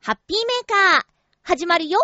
ハッピーメーカー始まるよ。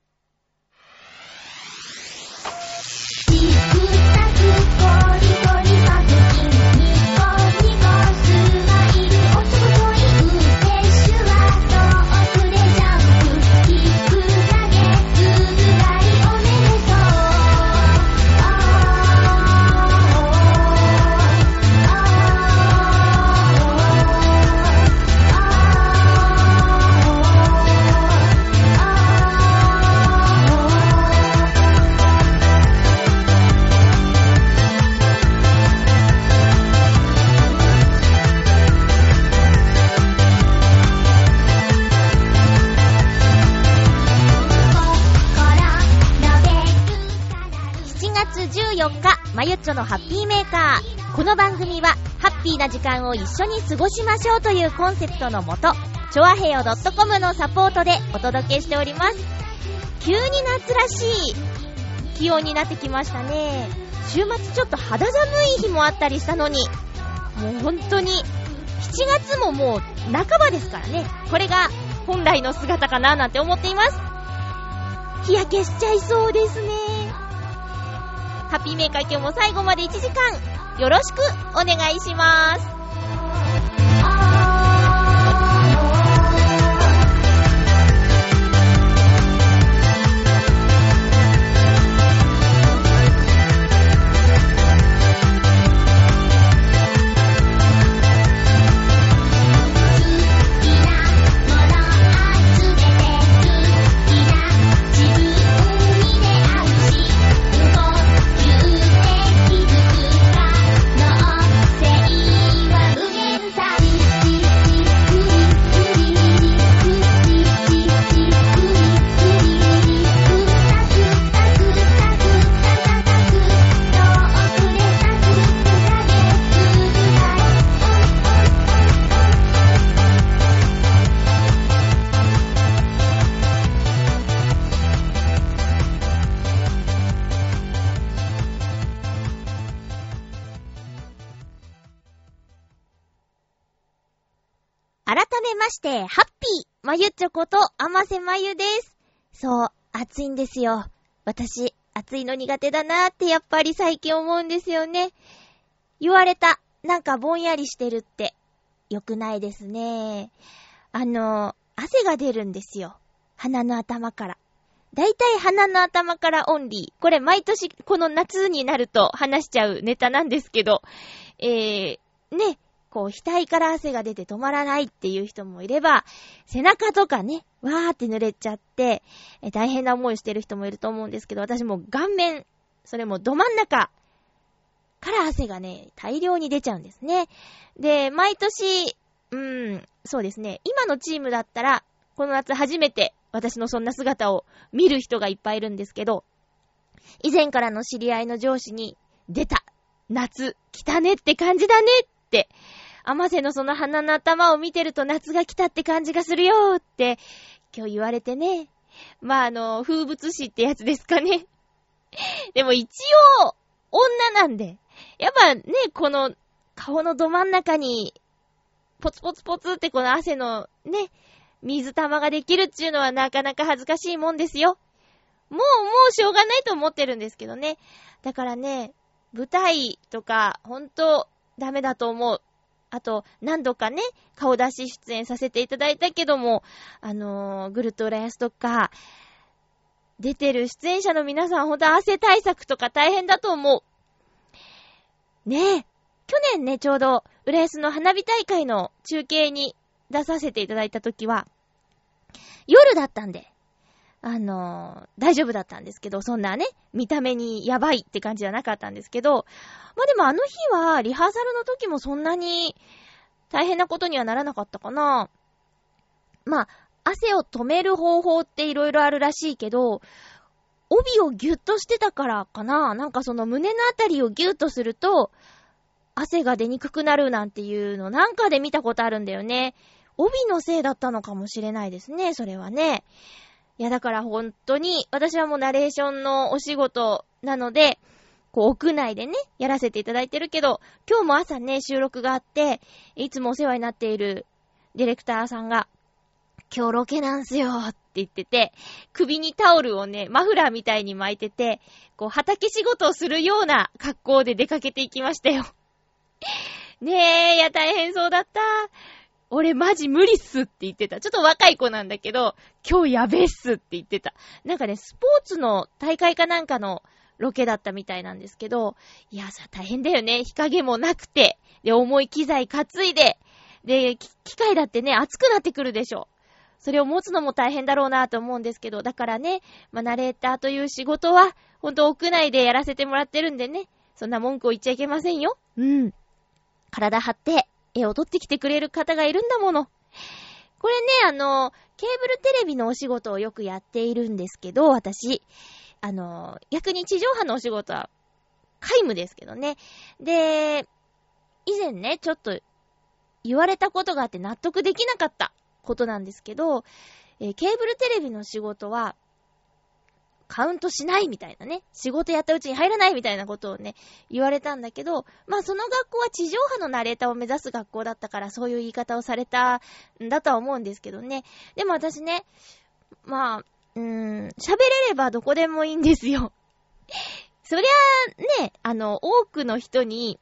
まゆっちょのハッピーメーカー。この番組はハッピーな時間を一緒に過ごしましょうというコンセプトのもと、ちょあへよ .com のサポートでお届けしております。急に夏らしい気温になってきましたね。週末ちょっと肌寒い日もあったりしたのに、もう本当に7月ももう半ばですからね。これが本来の姿かななんて思っています。日焼けしちゃいそうですね。ハッピーメーカー、今日も最後まで1時間よろしくお願いします。改めまして、ハッピーまゆちょこと甘瀬まゆです。そう、暑いんですよ。私、暑いの苦手だなーってやっぱり最近思うんですよね。言われた。なんかぼんやりしてるって良くないですね。汗が出るんですよ。鼻の頭から。だいたい鼻の頭からオンリー。これ毎年この夏になると話しちゃうネタなんですけど、ね、こう額から汗が出て止まらないっていう人もいれば、背中とかね、わーって濡れちゃって、大変な思いしてる人もいると思うんですけど、私も顔面、それもど真ん中から汗がね、大量に出ちゃうんですね。で、毎年、そうですね、今のチームだったら、この夏初めて私のそんな姿を見る人がいっぱいいるんですけど、以前からの知り合いの上司に、出た夏来たねって感じだねって、甘瀬のその鼻の頭を見てると夏が来たって感じがするよって今日言われてね。まあ風物詩ってやつですかね。でも一応女なんで、やっぱね、この顔のど真ん中にポツポツポツってこの汗のね、水玉ができるっていうのはなかなか恥ずかしいもんですよ。もうしょうがないと思ってるんですけどね。だからね、舞台とかほんとダメだと思う。あと何度かね、顔出し出演させていただいたけども、ぐるっと浦安とか出てる出演者の皆さん、ほんと汗対策とか大変だと思うねえ。去年ね、ちょうど浦安の花火大会の中継に出させていただいた時は夜だったんで、大丈夫だったんですけど、そんなね、見た目にやばいって感じじゃなかったんですけど、まあでもあの日はリハーサルの時もそんなに大変なことにはならなかったかな。まあ、汗を止める方法っていろいろあるらしいけど、帯をギュッとしてたからかな。なんかその胸のあたりをギュッとすると、汗が出にくくなるなんていうのなんかで見たことあるんだよね。帯のせいだったのかもしれないですね、それはね。いやだから本当に私はもうナレーションのお仕事なので、こう屋内でねやらせていただいてるけど、今日も朝ね収録があって、いつもお世話になっているディレクターさんが今日ロケなんすよって言ってて、首にタオルをね、マフラーみたいに巻いてて、こう畑仕事をするような格好で出かけていきましたよ。ねえ、いや大変そうだった。俺マジ無理っすって言ってた。ちょっと若い子なんだけど、今日やべっすって言ってた。なんかね、スポーツの大会かなんかのロケだったみたいなんですけど、いやさ、大変だよね。日陰もなくて、で、重い機材担いで、で、機械だってね、熱くなってくるでしょ。それを持つのも大変だろうなと思うんですけど、だからね、ナレーターという仕事は、ほんと屋内でやらせてもらってるんでね、そんな文句を言っちゃいけませんよ。体張って、絵を撮ってきてくれる方がいるんだもの。これね、ケーブルテレビのお仕事をよくやっているんですけど、私。逆に地上波のお仕事は、皆無ですけどね。で、以前ね、ちょっと言われたことがあって納得できなかったことなんですけど、ケーブルテレビの仕事は、カウントしないみたいなね、仕事やったうちに入らないみたいなことをね、言われたんだけど、その学校は地上波のナレーターを目指す学校だったからそういう言い方をされたんだとは思うんですけどね。でも私ね、喋れればどこでもいいんですよ。そりゃね、多くの人に、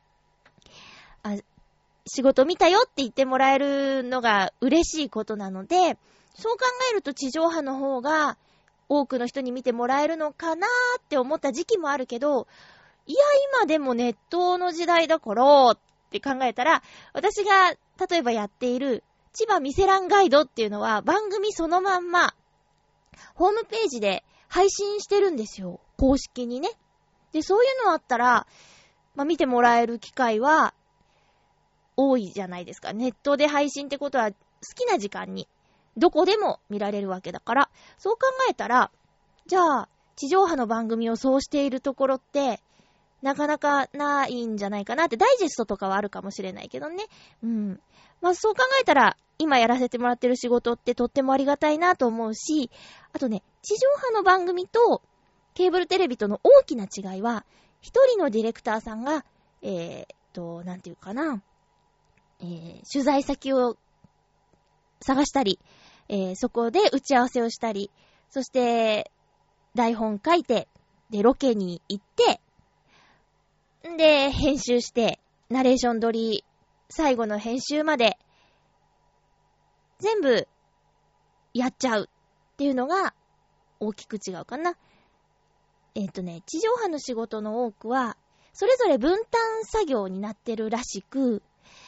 仕事見たよって言ってもらえるのが嬉しいことなので、そう考えると地上波の方が、多くの人に見てもらえるのかなーって思った時期もあるけど、いや今でもネットの時代だからって考えたら、私が例えばやっている千葉ミセランガイドっていうのは番組そのまんまホームページで配信してるんですよ。公式にね。で、そういうのあったら、見てもらえる機会は多いじゃないですか。ネットで配信ってことは好きな時間にどこでも見られるわけだから、そう考えたら、じゃあ、地上波の番組をそうしているところって、なかなかないんじゃないかなって、ダイジェストとかはあるかもしれないけどね。そう考えたら、今やらせてもらってる仕事ってとってもありがたいなと思うし、あとね、地上波の番組と、ケーブルテレビとの大きな違いは、一人のディレクターさんが、なんていうかな、取材先を探したり、そこで打ち合わせをしたり、そして台本書いて、でロケに行って、で編集してナレーション撮り、最後の編集まで全部やっちゃうっていうのが大きく違うかな。地上波の仕事の多くはそれぞれ分担作業になってるらしく、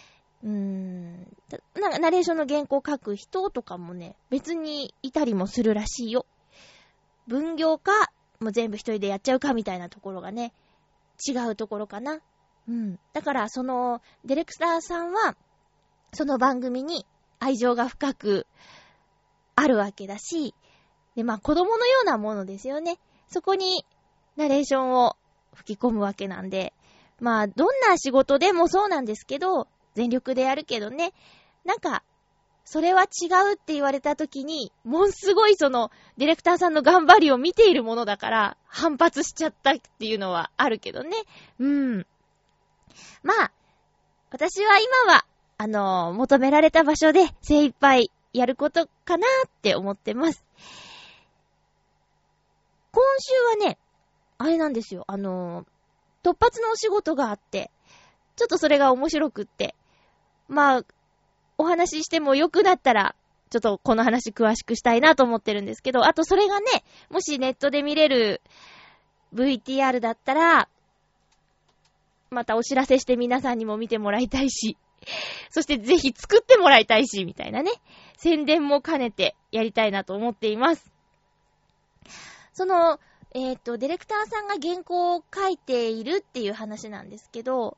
ナレーションの原稿書く人とかもね、別にいたりもするらしいよ。分業か、もう全部一人でやっちゃうかみたいなところがね、違うところかな。だから、その、ディレクターさんは、その番組に愛情が深くあるわけだし、で、子供のようなものですよね。そこに、ナレーションを吹き込むわけなんで、どんな仕事でもそうなんですけど、全力でやるけどね、それは違うって言われた時に、ものすごいその、ディレクターさんの頑張りを見ているものだから、反発しちゃったっていうのはあるけどね。私は今は、求められた場所で精一杯やることかなって思ってます。今週はね、あれなんですよ、突発のお仕事があって、ちょっとそれが面白くって、お話ししても良くなったら、ちょっとこの話詳しくしたいなと思ってるんですけど、あとそれがね、もしネットで見れる VTR だったら、またお知らせして皆さんにも見てもらいたいし、そしてぜひ作ってもらいたいし、みたいなね、宣伝も兼ねてやりたいなと思っています。その、ディレクターさんが原稿を書いているっていう話なんですけど、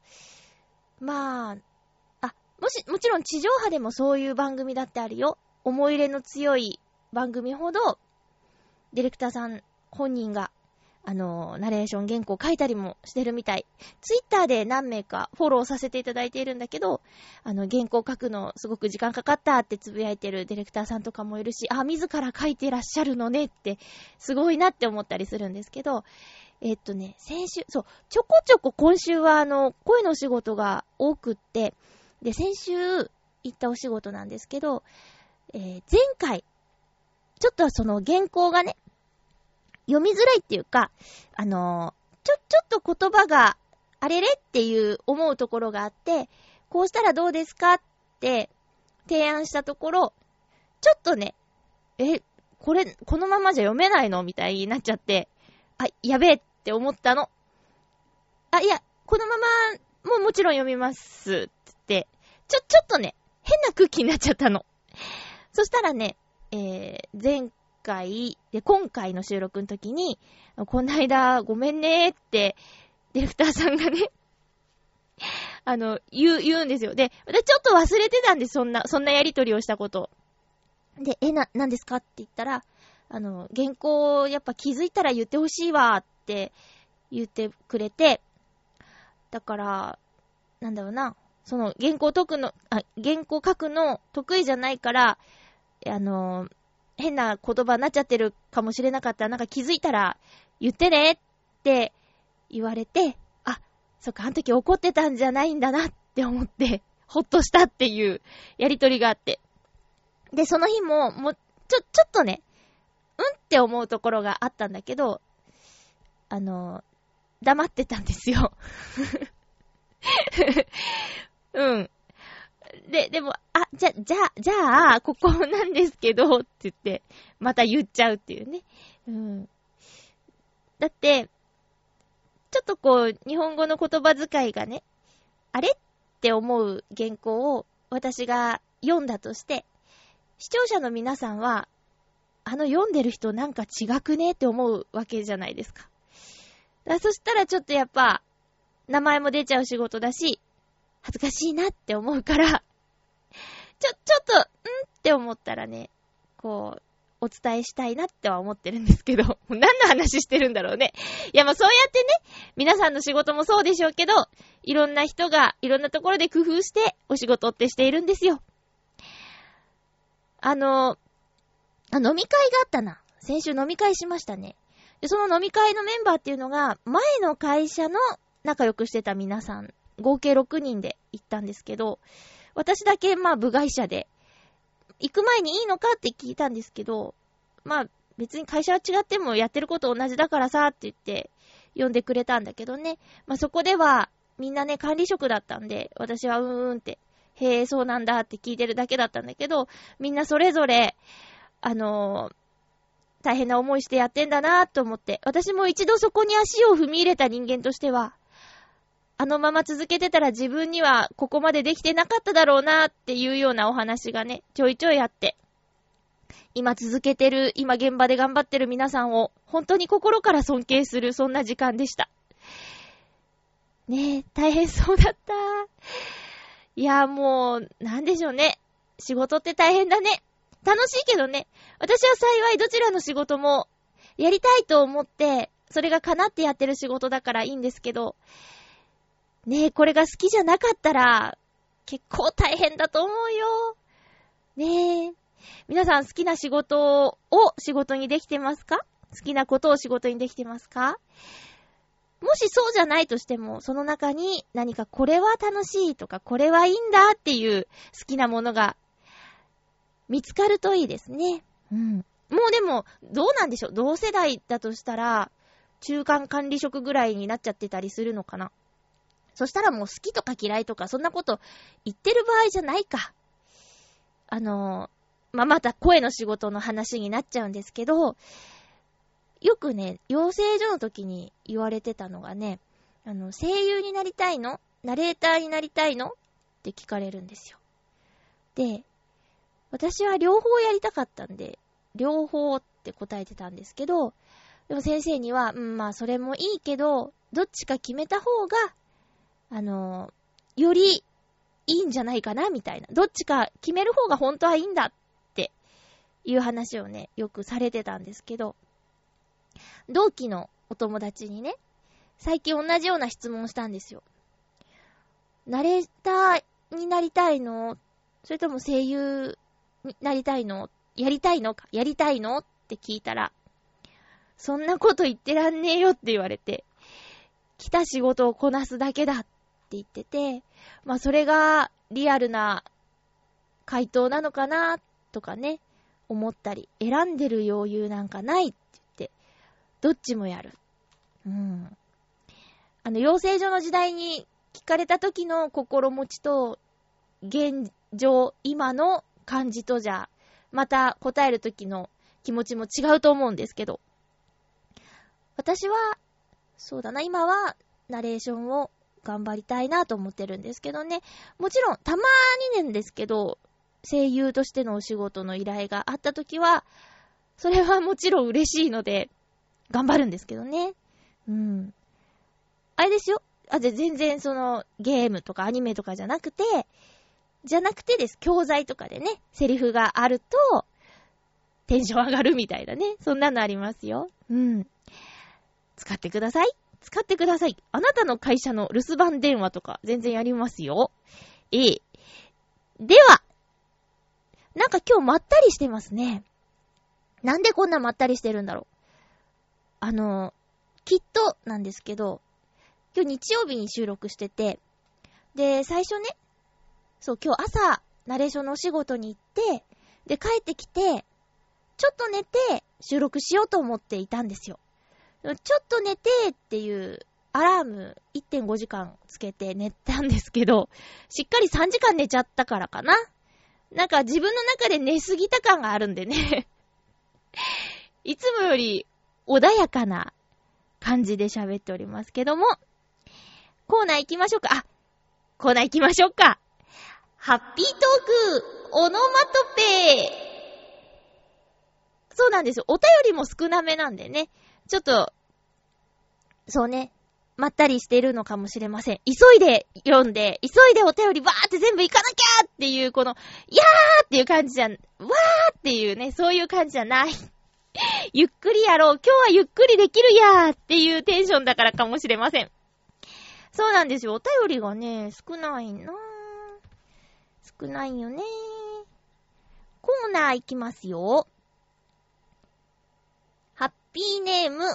もちろん地上波でもそういう番組だってあるよ。思い入れの強い番組ほど、ディレクターさん本人が、ナレーション原稿書いたりもしてるみたい。ツイッターで何名かフォローさせていただいているんだけど、原稿書くのすごく時間かかったってつぶやいてるディレクターさんとかもいるし、自ら書いてらっしゃるのねって、すごいなって思ったりするんですけど、先週、ちょこちょこ今週は声のお仕事が多くって、で、先週行ったお仕事なんですけど、 前回、ちょっとその原稿がね、読みづらいっていうか、ちょっと言葉があれれっていう思うところがあって、こうしたらどうですかって提案したところ、ちょっとね、このままじゃ読めないのみたいになっちゃって、やべえって思ったの。いや、このままもちろん読みますって言って、ちょっとね、変な空気になっちゃったの。そしたらね、前回で今回の収録の時に、この間ごめんねって、ディレクターさんがね、言うんですよ。で、私ちょっと忘れてたんです、そんなやりとりをしたこと。で、何ですかって言ったら、原稿やっぱ気づいたら言ってほしいわって言ってくれて、だから、なんだろうな、その原稿書くの得意じゃないから、変な言葉になっちゃってるかもしれなかったら、なんか気づいたら言ってねって言われて、そっか、あの時怒ってたんじゃないんだなって思って、ほっとしたっていうやりとりがあって。で、その日も、ちょっとね、って思うところがあったんだけど、黙ってたんですよ。うん。でも、じゃあ、ここなんですけど、って言って、また言っちゃうっていうね。うん。だって、ちょっとこう、日本語の言葉遣いがね、あれって思う原稿を私が読んだとして、視聴者の皆さんは、読んでる人なんか違くねって思うわけじゃないですか。そしたらちょっとやっぱ、名前も出ちゃう仕事だし、恥ずかしいなって思うから、ちょっと、って思ったらね、こう、お伝えしたいなっては思ってるんですけど、もう何の話してるんだろうね。いや、そうやってね、皆さんの仕事もそうでしょうけど、いろんな人がいろんなところで工夫してお仕事ってしているんですよ。飲み会があったな。先週飲み会しましたね。で、その飲み会のメンバーっていうのが、前の会社の仲良くしてた皆さん、合計6人で行ったんですけど、私だけ部外者で、行く前にいいのかって聞いたんですけど、別に会社は違ってもやってること同じだからさって言って呼んでくれたんだけどね。そこではみんなね管理職だったんで、私はってへえそうなんだって聞いてるだけだったんだけど、みんなそれぞれ大変な思いしてやってんだなと思って、私も一度そこに足を踏み入れた人間としては、まま続けてたら自分にはここまでできてなかっただろうなっていうようなお話がね、ちょいちょいあって、今続けてる、今現場で頑張ってる皆さんを本当に心から尊敬する、そんな時間でした。ねえ、大変そうだった。いや、もう、なんでしょうね。仕事って大変だね。楽しいけどね。私は幸いどちらの仕事もやりたいと思って、それが叶ってやってる仕事だからいいんですけど、ねえ、これが好きじゃなかったら、結構大変だと思うよ。ねえ。皆さん好きな仕事を仕事にできてますか？好きなことを仕事にできてますか？もしそうじゃないとしても、その中に何かこれは楽しいとか、これはいいんだっていう好きなものが見つかるといいですね。うん。もうでも、どうなんでしょう。同世代だとしたら、中間管理職ぐらいになっちゃってたりするのかな。そしたらもう好きとか嫌いとかそんなこと言ってる場合じゃないか。また声の仕事の話になっちゃうんですけど、よくね、養成所の時に言われてたのがね、声優になりたいの？ナレーターになりたいの？って聞かれるんですよ。で、私は両方やりたかったんで、両方って答えてたんですけど、でも先生には、それもいいけど、どっちか決めた方が、よりいいんじゃないかなみたいな。どっちか決める方が本当はいいんだっていう話をね、よくされてたんですけど、同期のお友達にね、最近同じような質問をしたんですよ。ナレーターになりたいの？それとも声優になりたいの？やりたいのって聞いたら、そんなこと言ってらんねえよって言われて、来た仕事をこなすだけだって言ってて、それがリアルな回答なのかなとかね、思ったり、選んでる余裕なんかないって言って、どっちもやる。養成所の時代に聞かれた時の心持ちと、現状、今の感じとじゃ、また答える時の気持ちも違うと思うんですけど、私は、そうだな、今はナレーションを頑張りたいなと思ってるんですけどね。もちろん、たまになんですけど、声優としてのお仕事の依頼があったときは、それはもちろん嬉しいので、頑張るんですけどね。あれですよ。全然ゲームとかアニメとかじゃなくてです。教材とかでね、セリフがあると、テンション上がるみたいなね。そんなのありますよ。使ってください。あなたの会社の留守番電話とか全然やりますよ。では、なんか今日まったりしてますね。なんでこんなまったりしてるんだろう。きっとなんですけど、今日日曜日に収録してて、で、最初ね、今日朝、ナレーションのお仕事に行って、で、帰ってきて、ちょっと寝て収録しようと思っていたんですよ。ちょっと寝てっていうアラーム 1.5 時間つけて寝たんですけど、しっかり3時間寝ちゃったからかな。なんか自分の中で寝すぎた感があるんでね。いつもより穏やかな感じで喋っておりますけども、コーナー行きましょうか。ハッピートーク、オノマトペ。そうなんですよ。お便りも少なめなんでね。ちょっと、そうね、まったりしてるのかもしれません。急いで読んで、急いでお便りバーって全部行かなきゃっていう、この、いやーっていう感じじゃん、わーっていうね、そういう感じじゃない。ゆっくりやろう、今日はゆっくりできるやーっていうテンションだからかもしれません。そうなんですよ。お便りがね、少ないよね。コーナー行きますよ。ハッピーネーム、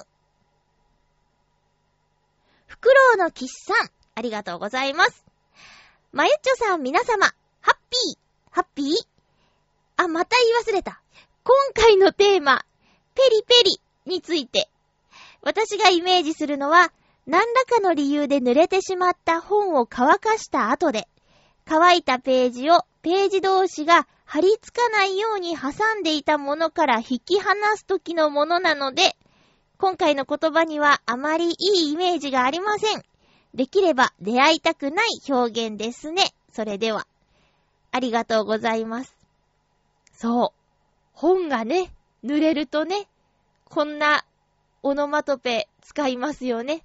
フクロウのキッさん、ありがとうございます。まゆっちょさん、皆様、ハッピーまた言い忘れた。今回のテーマ、ペリペリについて。私がイメージするのは、何らかの理由で濡れてしまった本を乾かした後で、乾いたページをページ同士が貼り付かないように挟んでいたものから引き離す時のものなので、今回の言葉にはあまりいいイメージがありません。できれば出会いたくない表現ですね。それでは、ありがとうございます。そう。本がね、濡れるとね、こんなオノマトペ使いますよね。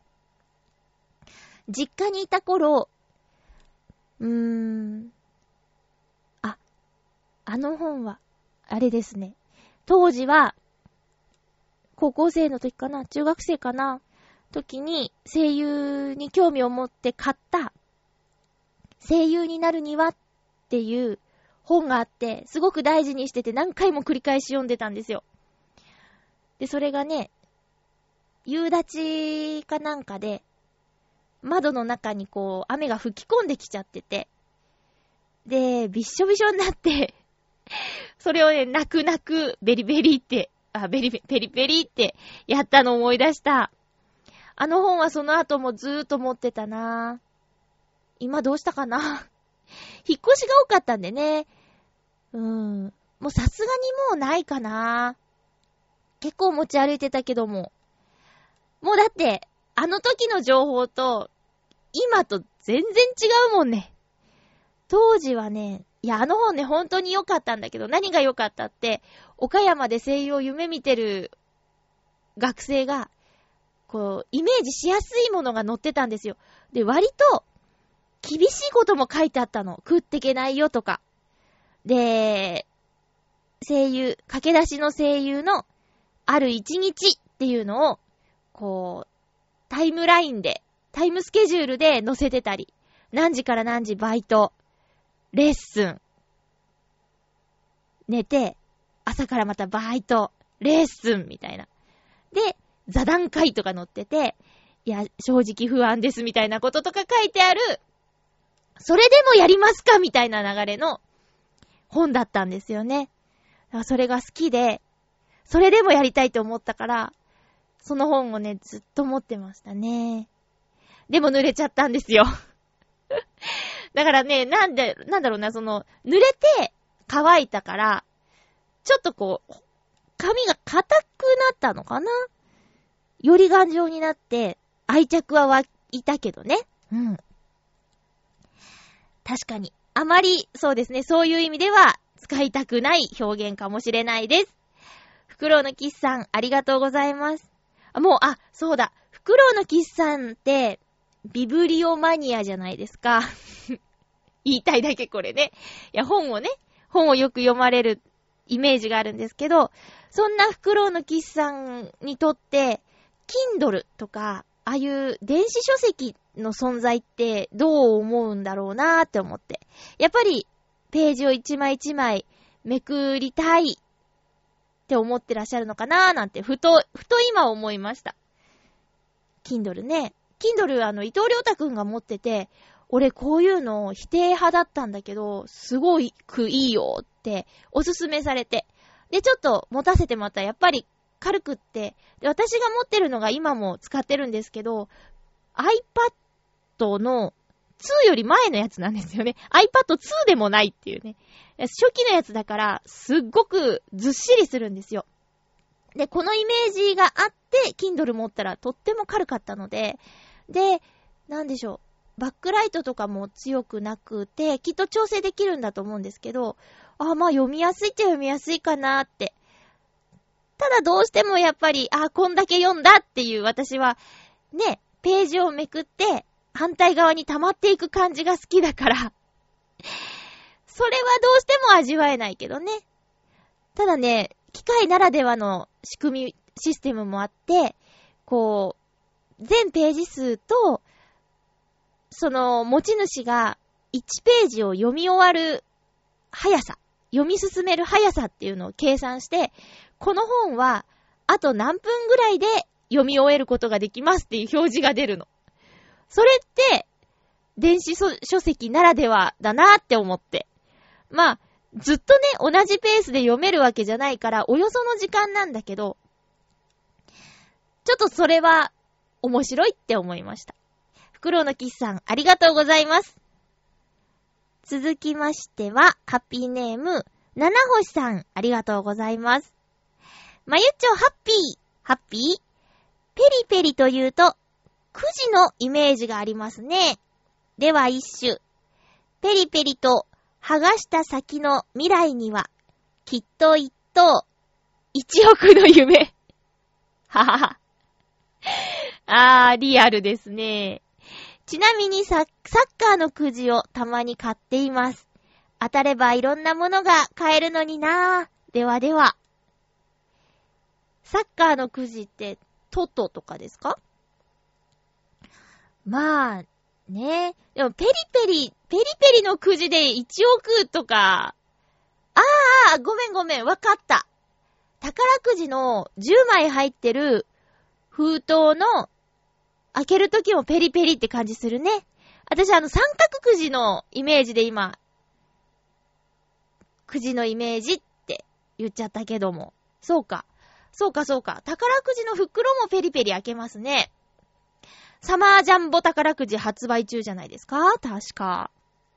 実家にいた頃、あの本は、あれですね。当時は、高校生の時かな、中学生かな、時に声優に興味を持って買った声優になるにはっていう本があって、すごく大事にしてて何回も繰り返し読んでたんですよ。で、それがね、夕立かなんかで、窓の中にこう雨が吹き込んできちゃってて、で、びっしょびしょになって、それをね、泣く、ベリベリって、ペリペリってやったのを思い出した。あの本はその後もずーっと持ってたな。今どうしたかな。引っ越しが多かったんでね。もうさすがにもうないかな。結構持ち歩いてたけども。もうだって、あの時の情報と、今と全然違うもんね。当時はね、いや、あの本ね、本当に良かったんだけど、何が良かったって、岡山で声優を夢見てる学生が、こう、イメージしやすいものが載ってたんですよ。で、割と、厳しいことも書いてあったの。食ってけないよとか。で、駆け出しの声優の、ある一日っていうのを、こう、タイムラインで、タイムスケジュールで載せてたり、何時から何時バイト、レッスン、寝て、朝からまたバイト、レッスンみたいな。で、座談会とか載ってて、いや、正直不安ですみたいなこととか書いてある、それでもやりますかみたいな流れの本だったんですよね。 それが好きで、それでもやりたいと思ったから、その本をね、ずっと持ってましたね。でも濡れちゃったんですよ。だからね、なんだろうな、濡れて乾いたから、ちょっとこう、紙が硬くなったのかな？より頑丈になって、愛着は湧いたけどね。うん。確かに。あまり、そうですね、そういう意味では、使いたくない表現かもしれないです。フクロウのキスさん、ありがとうございます。そうだ。フクロウのキスさんって、ビブリオマニアじゃないですか。言いたいだけこれね。いや、本をよく読まれるイメージがあるんですけど、そんなフクロウのキスさんにとって、Kindle とか、ああいう電子書籍の存在ってどう思うんだろうなーって思って。やっぱり、ページを一枚一枚めくりたいって思ってらっしゃるのかなーなんて、ふと今思いました。Kindle ね。Kindle 伊藤良太くんが持ってて、俺こういうの否定派だったんだけど、すごくいいよっておすすめされて。で、ちょっと持たせてもらったらやっぱり軽くって、で、私が持ってるのが今も使ってるんですけど、iPad の2より前のやつなんですよね。iPad 2でもないっていうね。初期のやつだから、すっごくずっしりするんですよ。で、このイメージがあって、Kindle 持ったらとっても軽かったので、で、なんでしょう。バックライトとかも強くなくて、きっと調整できるんだと思うんですけど、読みやすいっちゃ読みやすいかなって。ただどうしてもやっぱり、こんだけ読んだっていう私は、ね、ページをめくって、反対側に溜まっていく感じが好きだから、それはどうしても味わえないけどね。ただね、機械ならではの仕組み、システムもあって、こう、全ページ数と、その持ち主が1ページを読み終わる速さ、読み進める速さっていうのを計算して、この本はあと何分ぐらいで読み終えることができますっていう表示が出るの。それって電子書籍ならではだなって思って。ずっとね、同じペースで読めるわけじゃないから、およその時間なんだけど、ちょっとそれは面白いって思いました。フクロウのキスさん、ありがとうございます。続きましては、ハッピーネーム、七星さん、ありがとうございます。まゆっちょ、ハッピーペリペリというと、くじのイメージがありますね。では一首。ペリペリと剥がした先の未来には、きっと一等、1億の夢。ははは。リアルですね。ちなみにサッカーのくじをたまに買っています。当たればいろんなものが買えるのになぁ。ではでは。サッカーのくじってトトとかですか？ね。でもペリペリのくじで1億とか。ごめん、わかった。宝くじの10枚入ってる封筒の開けるときもペリペリって感じするね。私三角くじのイメージで今、くじのイメージって言っちゃったけども。そうか。宝くじの袋もペリペリ開けますね。サマージャンボ宝くじ発売中じゃないですか？確か。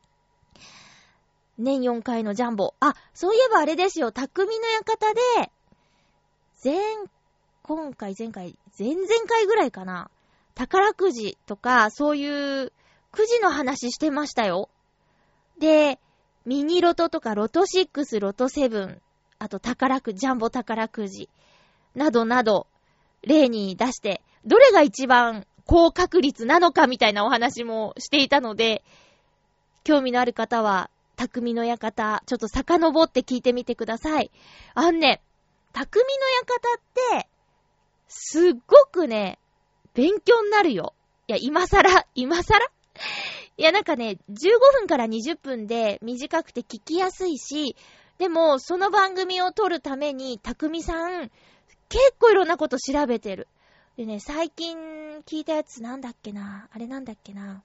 年4回のジャンボ。そういえばあれですよ。匠の館で、前々回ぐらいかな。宝くじとか、そういうくじの話してましたよ。で、ミニロトとかロト6、ロト7、あと宝くじ、ジャンボ宝くじ、などなど、例に出して、どれが一番高確率なのかみたいなお話もしていたので、興味のある方は、匠の館、ちょっと遡って聞いてみてください。匠の館って、すっごくね、勉強になるよ。いや、今更いや、なんかね、15分から20分で短くて聞きやすいし、でも、その番組を撮るために、匠さん、結構いろんなこと調べてる。でね、最近聞いたやつなんだっけな？あれなんだっけな？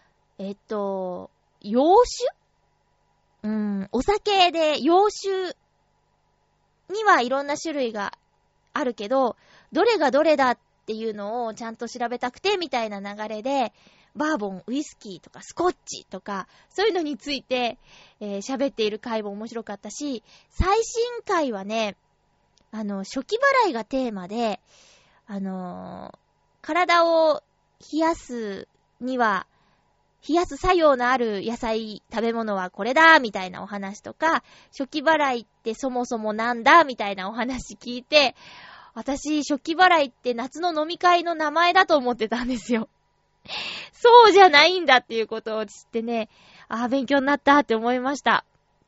洋酒？お酒で洋酒にはいろんな種類があるけど、どれがどれだっていうのをちゃんと調べたくてみたいな流れで、バーボン、ウイスキーとかスコッチとか、そういうのについて喋っている回も面白かったし、最新回はね、初期払いがテーマで、体を冷やすには、冷やす作用のある野菜、食べ物はこれだ、みたいなお話とか、初期払いってそもそもなんだ、みたいなお話聞いて、私、初期払いって夏の飲み会の名前だと思ってたんですよ。そうじゃないんだっていうことを知ってね、勉強になったって思いました。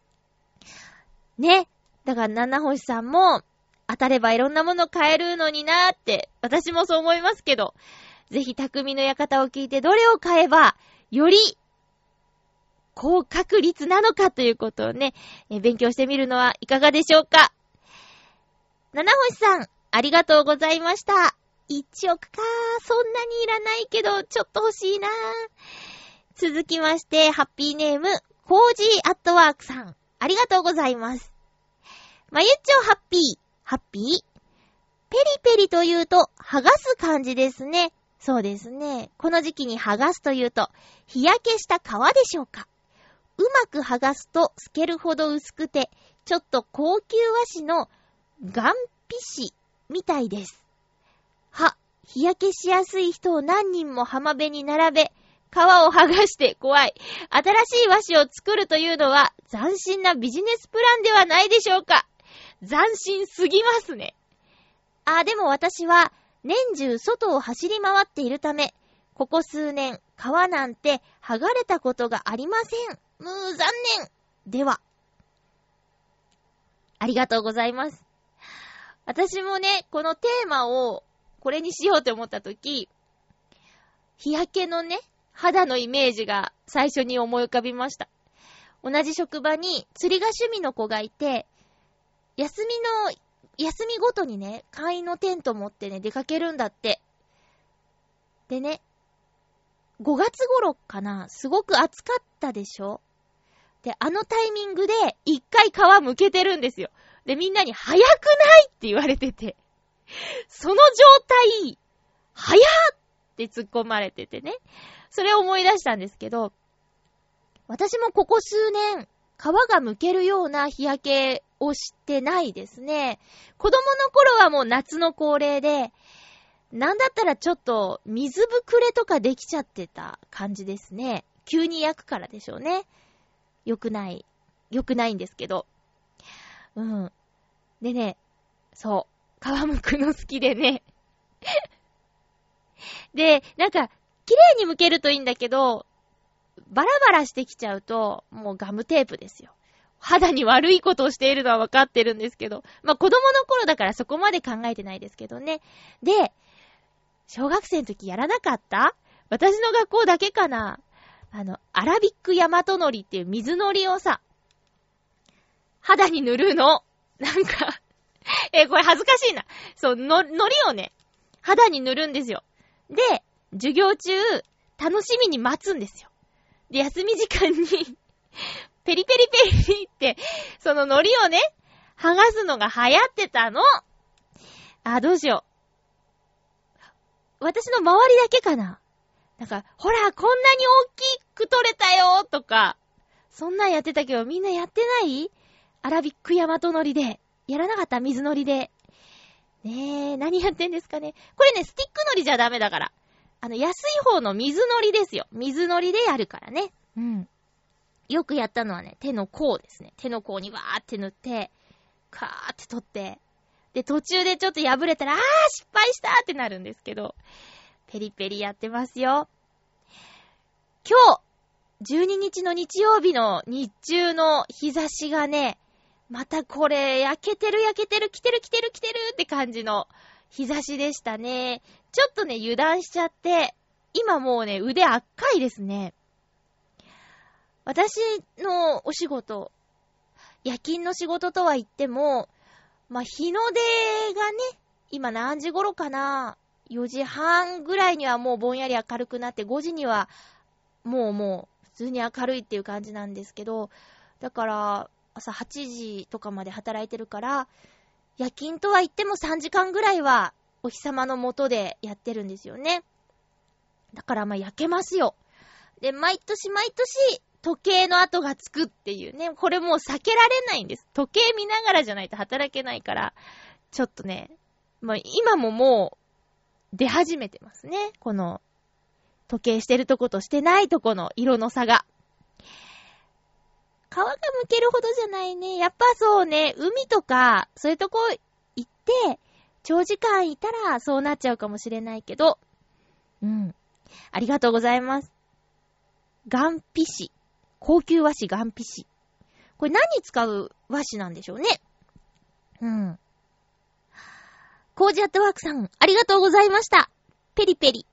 ね。だから、七星さんも、当たればいろんなもの買えるのになーって、私もそう思いますけど、ぜひ匠の館を聞いてどれを買えば、より高確率なのかということをね、勉強してみるのはいかがでしょうか。七星さん、ありがとうございました。1億か、そんなにいらないけど、ちょっと欲しいな。続きまして、ハッピーネーム、コージーアットワークさん、ありがとうございます。まゆっちょハッピー、ハッピー？ペリペリというと、剥がす感じですね。そうですね。この時期に剥がすというと、日焼けした皮でしょうか。うまく剥がすと透けるほど薄くて、ちょっと高級和紙のガンピ紙みたいです。日焼けしやすい人を何人も浜辺に並べ、皮を剥がして怖い。新しい和紙を作るというのは斬新なビジネスプランではないでしょうか。斬新すぎますね。でも私は年中外を走り回っているため、ここ数年皮なんて剥がれたことがありません。残念。では。ありがとうございます。私もね、このテーマをこれにしようと思ったとき、日焼けのね、肌のイメージが最初に思い浮かびました。同じ職場に釣りが趣味の子がいて、休みごとにね、簡易のテント持ってね、出かけるんだって。でね、5月頃かな、すごく暑かったでしょ？で、タイミングで一回皮剥けてるんですよ。で、みんなに早くないって言われてて、その状態、早っって突っ込まれててね。それを思い出したんですけど、私もここ数年、皮が剥けるような日焼けをしてないですね。子供の頃はもう夏の恒例で、なんだったらちょっと水ぶくれとかできちゃってた感じですね。急に焼くからでしょうね。よくないんですけど。でね、そう。皮むくの好きでね。で、なんか、綺麗に剥けるといいんだけど、バラバラしてきちゃうと、もうガムテープですよ。肌に悪いことをしているのは分かってるんですけど、子供の頃だからそこまで考えてないですけどね。で、小学生の時やらなかった？私の学校だけかな。アラビックヤマトノリっていう水のりをさ、肌に塗るの。なんか、これ恥ずかしいな。そう、のりをね、肌に塗るんですよ。で、授業中、楽しみに待つんですよ。で、休み時間に、ペリペリペリって、そののりをね、剥がすのが流行ってたの。どうしよう。私の周りだけかな。なんか、ほら、こんなに大きく取れたよとか、そんなんやってたけど、みんなやってない？アラビックヤマトノリで。やらなかった？水のりで。ねえ、何やってんですかね。これね、スティックのりじゃダメだから。安い方の水のりですよ。水のりでやるからね。よくやったのはね、手の甲ですね。手の甲にわーって塗って、カーって取って、で、途中でちょっと破れたら、失敗したってなるんですけど、ペリペリやってますよ。今日、12日の日曜日の日中の日差しがね、またこれ、焼けてる、来てるって感じの日差しでしたね。ちょっとね、油断しちゃって、今もうね、腕赤いですね。私のお仕事、夜勤の仕事とは言っても、日の出がね、今何時頃かな、4時半ぐらいにはもうぼんやり明るくなって、5時にはもう普通に明るいっていう感じなんですけど、だから朝8時とかまで働いてるから、 夜勤とは言っても3時間ぐらいはお日様の下でやってるんですよね。だから焼けますよ。で、毎年時計の跡がつくっていうね、これもう避けられないんです。時計見ながらじゃないと働けないから、ちょっとね、今ももう出始めてますね。この時計してるとことしてないとこの色の差が。皮がむけるほどじゃないね。やっぱそうね、海とかそういうとこ行って長時間いたらそうなっちゃうかもしれないけど、ありがとうございます。ガンピ紙。高級和紙ガンピ紙。これ何に使う和紙なんでしょうね。コージアットワークさん、ありがとうございました。ペリペリ。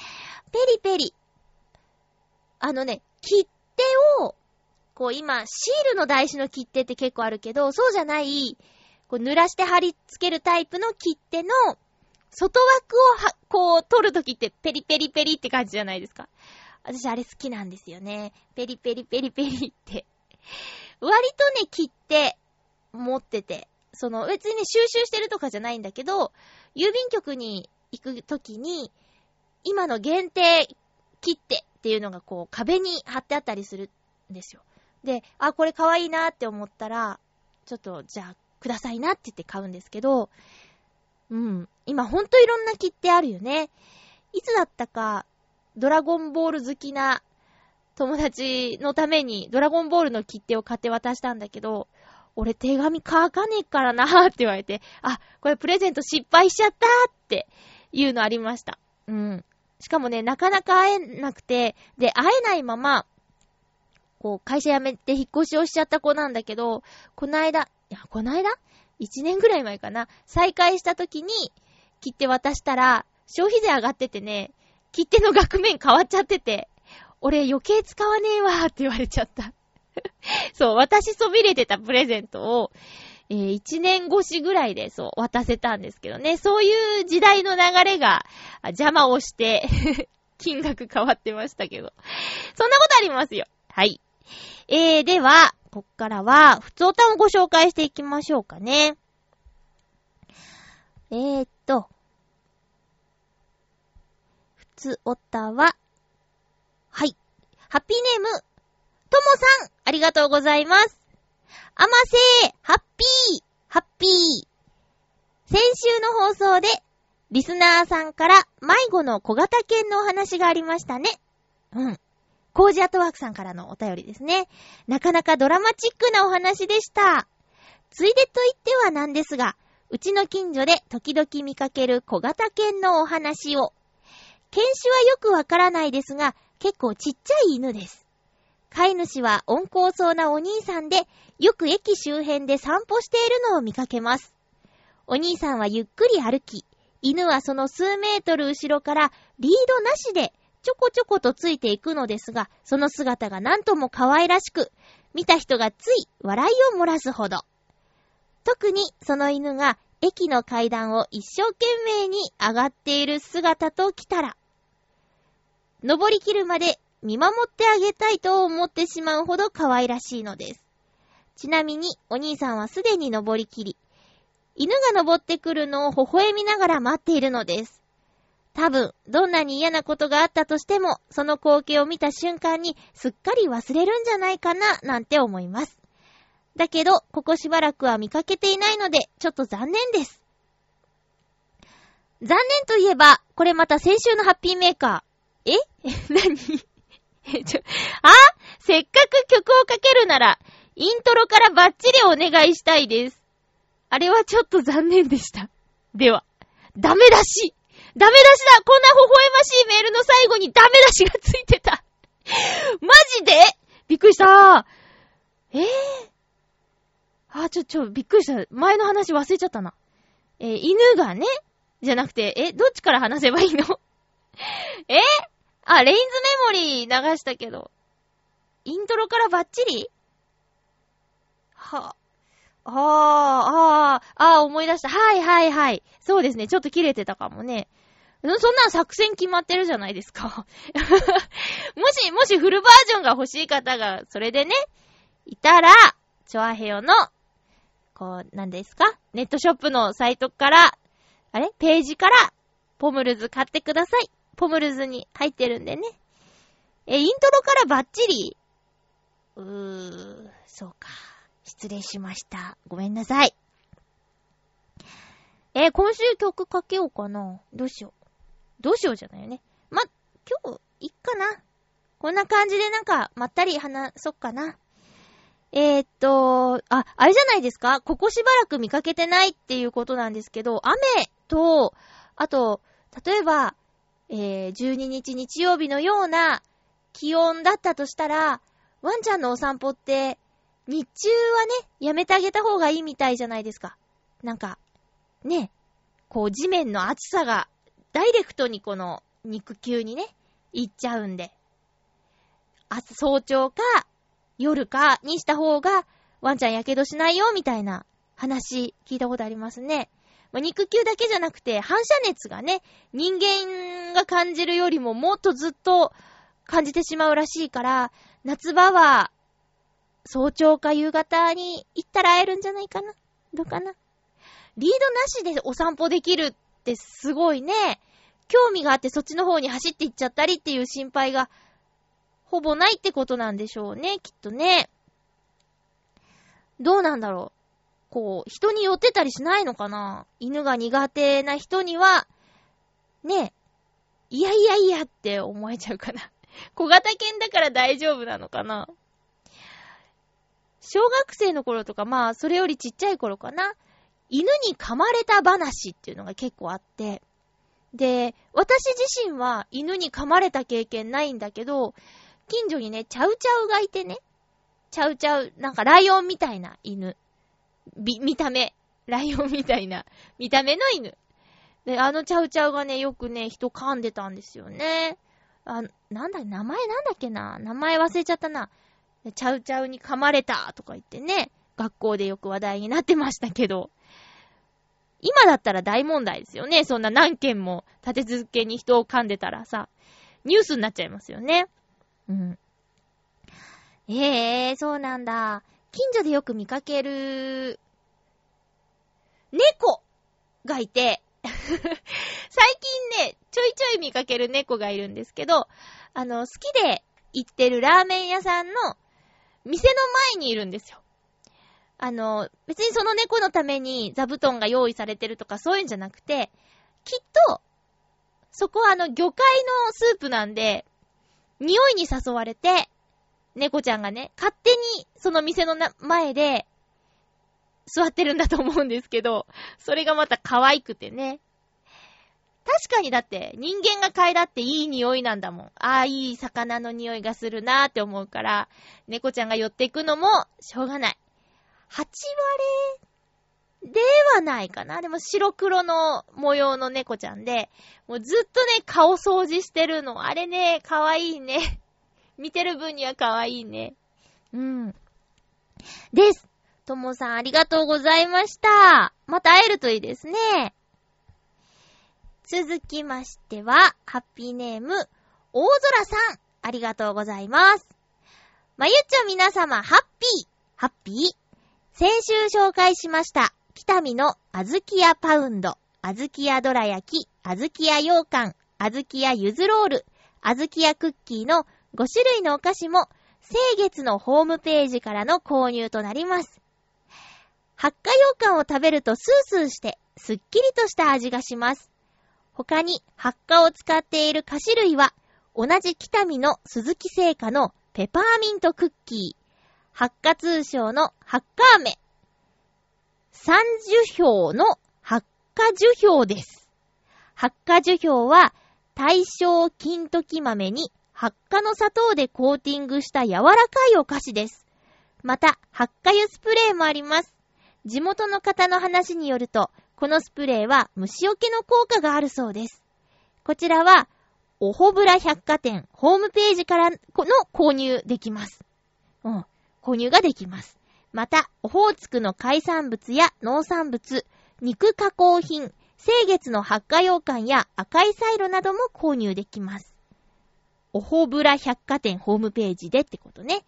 切手を、今、シールの台紙の切手って結構あるけど、そうじゃない、濡らして貼り付けるタイプの切手の、外枠を取るときってペリペリペリって感じじゃないですか。私あれ好きなんですよね。ペリペリペリペリって。割とね、切手持ってて、別にね、収集してるとかじゃないんだけど、郵便局に行くときに、今の限定切手っていうのが壁に貼ってあったりするんですよ。で、これ可愛いなって思ったら、ちょっとじゃあくださいなって言って買うんですけど、今ほんといろんな切手あるよね。いつだったか、ドラゴンボール好きな友達のためにドラゴンボールの切手を買って渡したんだけど、俺手紙書かねえからなーって言われて、これプレゼント失敗しちゃったーっていうのありました。しかもね、なかなか会えなくて、で、会えないまま、会社辞めて引っ越しをしちゃった子なんだけど、こないだ ?1 年ぐらい前かな。再会した時に切手渡したら、消費税上がっててね、切手の額面変わっちゃってて、俺余計使わねえわーって言われちゃった。そう、私そびれてたプレゼントを、1年越しぐらいで渡せたんですけどね。そういう時代の流れが邪魔をして、金額変わってましたけど。そんなことありますよ。はい。では、こっからは、ふつおたをご紹介していきましょうかね。ふつおたは、はい。ハッピーネーム、ともさん、ありがとうございます。あませー、ハッピー。先週の放送で、リスナーさんから迷子の小型犬のお話がありましたね。コージアットワークさんからのお便りですね。なかなかドラマチックなお話でした。ついでと言ってはなんですが、うちの近所で時々見かける小型犬のお話を。犬種はよくわからないですが、結構ちっちゃい犬です。飼い主は温厚そうなお兄さんで、よく駅周辺で散歩しているのを見かけます。お兄さんはゆっくり歩き、犬はその数メートル後ろからリードなしでちょこちょことついていくのですが、その姿がなんとも可愛らしく、見た人がつい笑いを漏らすほど。特にその犬が駅の階段を一生懸命に上がっている姿と来たら、登りきるまで見守ってあげたいと思ってしまうほど可愛らしいのです。ちなみにお兄さんはすでに登りきり、犬が登ってくるのを微笑みながら待っているのです。多分、どんなに嫌なことがあったとしても、その光景を見た瞬間にすっかり忘れるんじゃないかな、なんて思います。だけど、ここしばらくは見かけていないので、ちょっと残念です。残念といえば、これまた先週のハッピーメーカー。何せっかく曲をかけるなら、イントロからバッチリお願いしたいです。あれはちょっと残念でした。では、ダメ出しだ。こんな微笑ましいメールの最後にダメ出しがついてた。マジでびっくりした。びっくりした。前の話忘れちゃったな。犬がね、じゃなくて、どっちから話せばいいのレインズメモリー流したけど、イントロからバッチリ思い出した。はい。そうですね。ちょっと切れてたかもね。そんな作戦決まってるじゃないですか。もしフルバージョンが欲しい方が、それでね、いたら、チョアヘヨのこう、なんですか？ネットショップのサイトから、ページから、ポムルズ買ってください。ポムルズに入ってるんでね。イントロからバッチリ。そうか。失礼しました。ごめんなさい。今週曲かけようかな。どうしようじゃないよね。今日、いっかな。こんな感じでなんか、まったり話そっかな。あれじゃないですか？ここしばらく見かけてないっていうことなんですけど、雨と、あと、例えば、12日日曜日のような気温だったとしたら、ワンちゃんのお散歩って、日中はね、やめてあげた方がいいみたいじゃないですか。なんか、ね、こう地面の暑さが、ダイレクトにこの肉球にね、行っちゃうんで。早朝か、夜かにした方が、ワンちゃんやけどしないよ、みたいな話、聞いたことありますね。肉球だけじゃなくて、反射熱がね、人間が感じるよりももっとずっと感じてしまうらしいから、夏場は、早朝か夕方に行ったら会えるんじゃないかな？どうかな？リードなしでお散歩できるってすごいね。興味があってそっちの方に走っていっちゃったりっていう心配がほぼないってことなんでしょうね、きっとね。どうなんだろう。こう、人に寄ってたりしないのかな？犬が苦手な人には、ね、いやって思えちゃうかな。小型犬だから大丈夫なのかな？小学生の頃とか、それよりちっちゃい頃かな。犬に噛まれた話っていうのが結構あって、で、私自身は犬に噛まれた経験ないんだけど、近所にね、チャウチャウがいてね、チャウチャウ、なんかライオンみたいな犬。見た目。ライオンみたいな見た目の犬。で、チャウチャウがね、よくね、人噛んでたんですよね。名前なんだっけな？名前忘れちゃったな。チャウチャウに噛まれたとか言ってね、学校でよく話題になってましたけど、今だったら大問題ですよね。そんな何件も立て続けに人を噛んでたらさ、ニュースになっちゃいますよね。うん。そうなんだ。近所でよく見かける猫がいて最近ね、ちょいちょい見かける猫がいるんですけど、好きで行ってるラーメン屋さんの店の前にいるんですよ。別にその猫のために座布団が用意されてるとかそういうんじゃなくて、きっと、そこは魚介のスープなんで、匂いに誘われて、猫ちゃんがね、勝手にその店の前で座ってるんだと思うんですけど、それがまた可愛くてね。確かにだって人間が嗅いだっていい匂いなんだもん。いい魚の匂いがするなーって思うから、猫ちゃんが寄っていくのもしょうがない。8割ではないかな。でも白黒の模様の猫ちゃんで、もうずっとね、顔掃除してるの。あれね、かわいいね。見てる分にはかわいいね。うん。です。ともさんありがとうございました。また会えるといいですね。続きましては、ハッピーネーム、大空さん、ありがとうございます。まゆっちょ皆様、ハッピー先週紹介しました、北見のあずきやパウンド、あずきやどら焼き、あずきや羊羹、あずきやゆずロール、あずきやクッキーの5種類のお菓子も、星月のホームページからの購入となります。発火羊羹を食べるとスースーして、すっきりとした味がします。他に発火を使っている菓子類は、同じ北見の鈴木製菓のペパーミントクッキー、発火通称の発火飴、三樹氷の発火樹氷です。発火樹氷は大正金時豆に発火の砂糖でコーティングした柔らかいお菓子です。また発火油スプレーもあります。地元の方の話によると、このスプレーは虫除けの効果があるそうです。こちらはおほぶら百貨店ホームページからの購入できます。購入ができます。また、オホーツクの海産物や農産物、肉加工品、星月の発火羊羹や赤いサイロなども購入できます。おほぶら百貨店ホームページでってことね。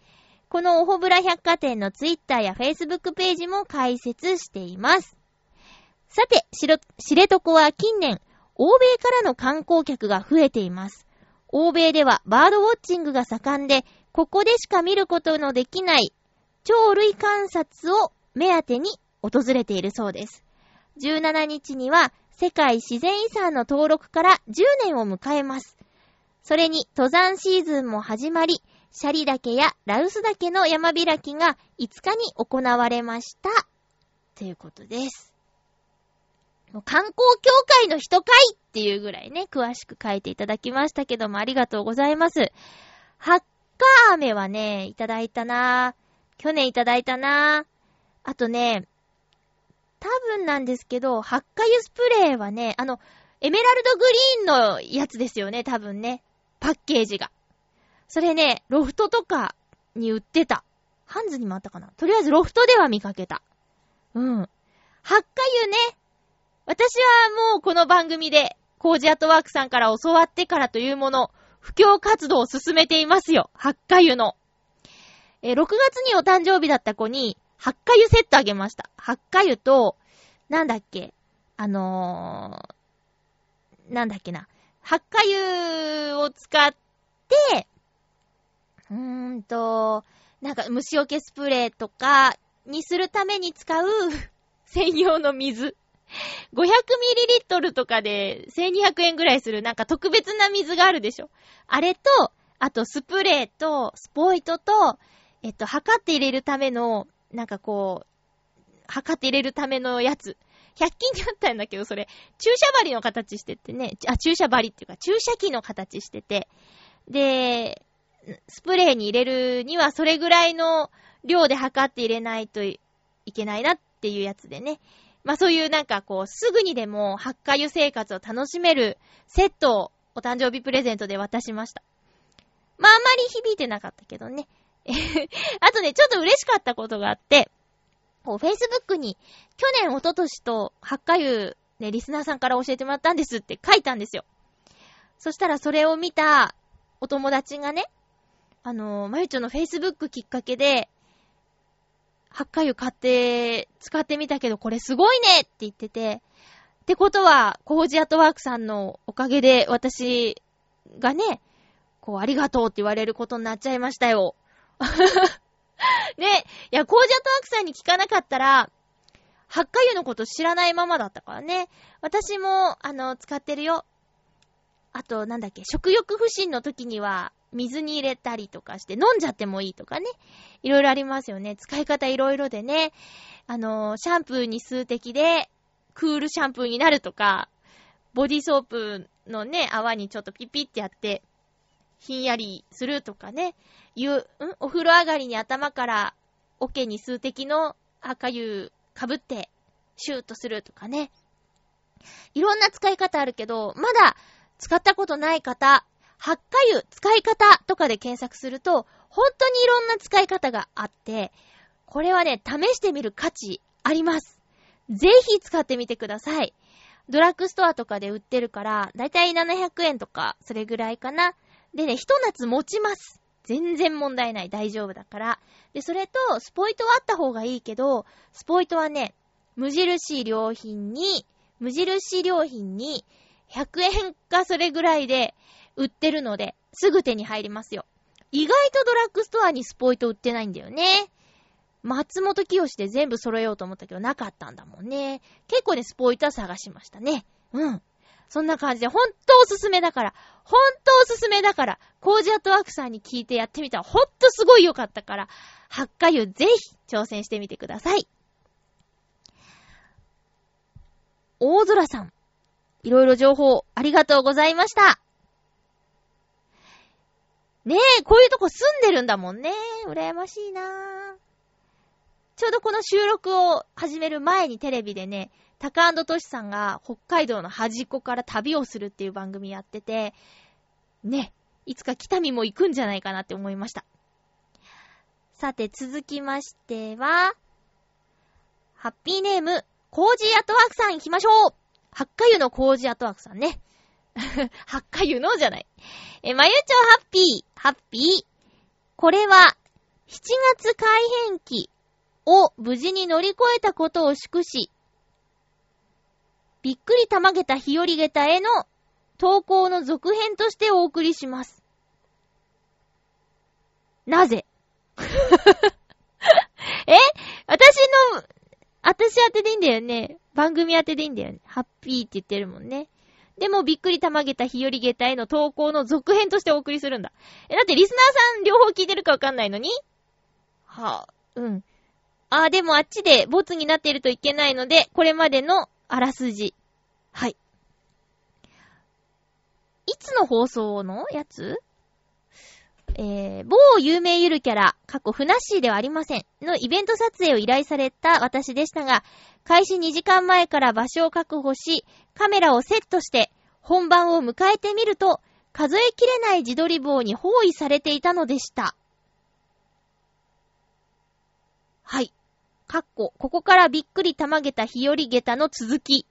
このおほぶら百貨店のツイッターやフェイスブックページも開設しています。さて、知床は近年、欧米からの観光客が増えています。欧米ではバードウォッチングが盛んで、ここでしか見ることのできない鳥類観察を目当てに訪れているそうです。17日には世界自然遺産の登録から10年を迎えます。それに登山シーズンも始まり、斜里岳や羅臼岳の山開きが5日に行われました。ということです。観光協会の人かいっていうぐらいね、詳しく書いていただきましたけども、ありがとうございます。ハッカー飴はね、いただいたな。去年いただいたな。あとね、多分なんですけど、ハッカ油スプレーはね、エメラルドグリーンのやつですよね、多分ね。パッケージが。それね、ロフトとかに売ってた。ハンズにもあったかな。とりあえずロフトでは見かけた。うん。ハッカ油ね。私はもうこの番組で、コージアットワークさんから教わってからというもの、布教活動を進めていますよ。ハッカ油の。6月にお誕生日だった子に、ハッカ油セットあげました。ハッカ油と、なんだっけ、なんだっけな。ハッカ油を使って、なんか虫除けスプレーとかにするために使う専用の水。500ml とかで1200円ぐらいするなんか特別な水があるでしょ。あれと、あとスプレーとスポイトと、測って入れるための、なんかこう、測って入れるためのやつ。100均にあったんだけど、それ、注射針の形しててね、注射針っていうか、注射器の形してて、で、スプレーに入れるにはそれぐらいの量で測って入れないといけないなっていうやつでね。まあそういうなんかこう、すぐにでもハッカ油生活を楽しめるセットをお誕生日プレゼントで渡しました。まああんまり響いてなかったけどね。あとね、ちょっと嬉しかったことがあって、Facebook に去年、一昨年とハッカ油ね、リスナーさんから教えてもらったんですって書いたんですよ。そしたらそれを見たお友達がね、まゆちょの Facebook きっかけで、ハッカ油買って使ってみたけどこれすごいねって言ってて、ってことはコージアットワークさんのおかげで私がね、こうありがとうって言われることになっちゃいましたよ。ね、いやコージアットワークさんに聞かなかったらハッカ油のこと知らないままだったからね。私も使ってるよ。あとなんだっけ、食欲不振の時には水に入れたりとかして飲んじゃってもいいとかね。いろいろありますよね。使い方いろいろでね。シャンプーに数滴でクールシャンプーになるとか、ボディーソープのね、泡にちょっとピッピッってやってひんやりするとかね。お風呂上がりに頭から桶に数滴のハッカ油かぶってシューッとするとかね。いろんな使い方あるけど、まだ使ったことない方、ハッカ油使い方とかで検索すると、本当にいろんな使い方があって、これはね、試してみる価値あります。ぜひ使ってみてください。ドラッグストアとかで売ってるから、だいたい700円とか、それぐらいかな。でね、一夏持ちます。全然問題ない。大丈夫だから。で、それと、スポイトはあった方がいいけど、スポイトはね、無印良品に100円かそれぐらいで売ってるので、すぐ手に入りますよ。意外とドラッグストアにスポイト売ってないんだよね。松本清で全部揃えようと思ったけどなかったんだもんね。結構ね、スポイトは探しましたね。うん。そんな感じで、ほんとおすすめだから、コージアットワークさんに聞いてやってみたら、ほんとすごい良かったから、ハッカ油ぜひ挑戦してみてください。大空さん、いろいろ情報ありがとうございました。ねえ、こういうとこ住んでるんだもんね。羨ましいなぁ。ちょうどこの収録を始める前にテレビでね、タカ&トシさんが北海道の端っこから旅をするっていう番組やってて、ね、いつか北見も行くんじゃないかなって思いました。さて続きましては、ハッピーネーム、コージーアットワークさん行きましょう。ハッカ油のコージーアットワークさんね。ハッカ油のじゃない。まゆちょハッピー。これは、 7月改変期を無事に乗り越えたことを祝し、びっくりたまげた日和げたへの投稿の続編としてお送りします。なぜ私当てでいいんだよね。番組当てでいいんだよね。ハッピーって言ってるもんね。でもびっくりたまげた日和げたへの投稿の続編としてお送りするんだ。だってリスナーさん両方聞いてるかわかんないのに？でもあっちでボツになっているといけないので、これまでのあらすじ。はい。いつの放送のやつ？某有名ゆるキャラ、ふなっしーではありません、のイベント撮影を依頼された私でしたが、開始2時間前から場所を確保し、カメラをセットして本番を迎えてみると、数えきれない自撮り棒に包囲されていたのでした。はい。ここからびっくりたまげた日和げたの続き。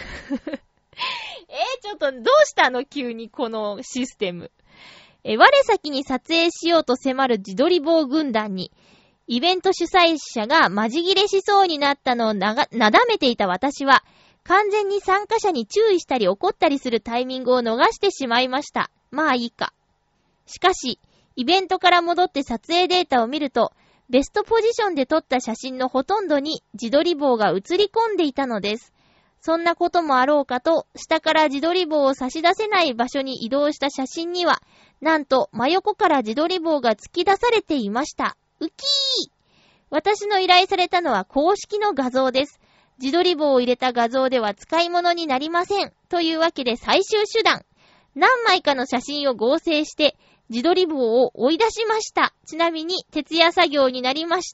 ちょっとどうしたの急にこのシステム。我先に撮影しようと迫る自撮り棒軍団に、イベント主催者がマジ切れしそうになったのをなだめていた私は、完全に参加者に注意したり怒ったりするタイミングを逃してしまいました。まあいいか。しかし、イベントから戻って撮影データを見ると、ベストポジションで撮った写真のほとんどに自撮り棒が映り込んでいたのです。そんなこともあろうかと、下から自撮り棒を差し出せない場所に移動した写真には、なんと真横から自撮り棒が突き出されていました。ウキー！私の依頼されたのは公式の画像です。自撮り棒を入れた画像では使い物になりません。というわけで最終手段。何枚かの写真を合成して、自撮り棒を追い出しました。ちなみに、徹夜作業になりました。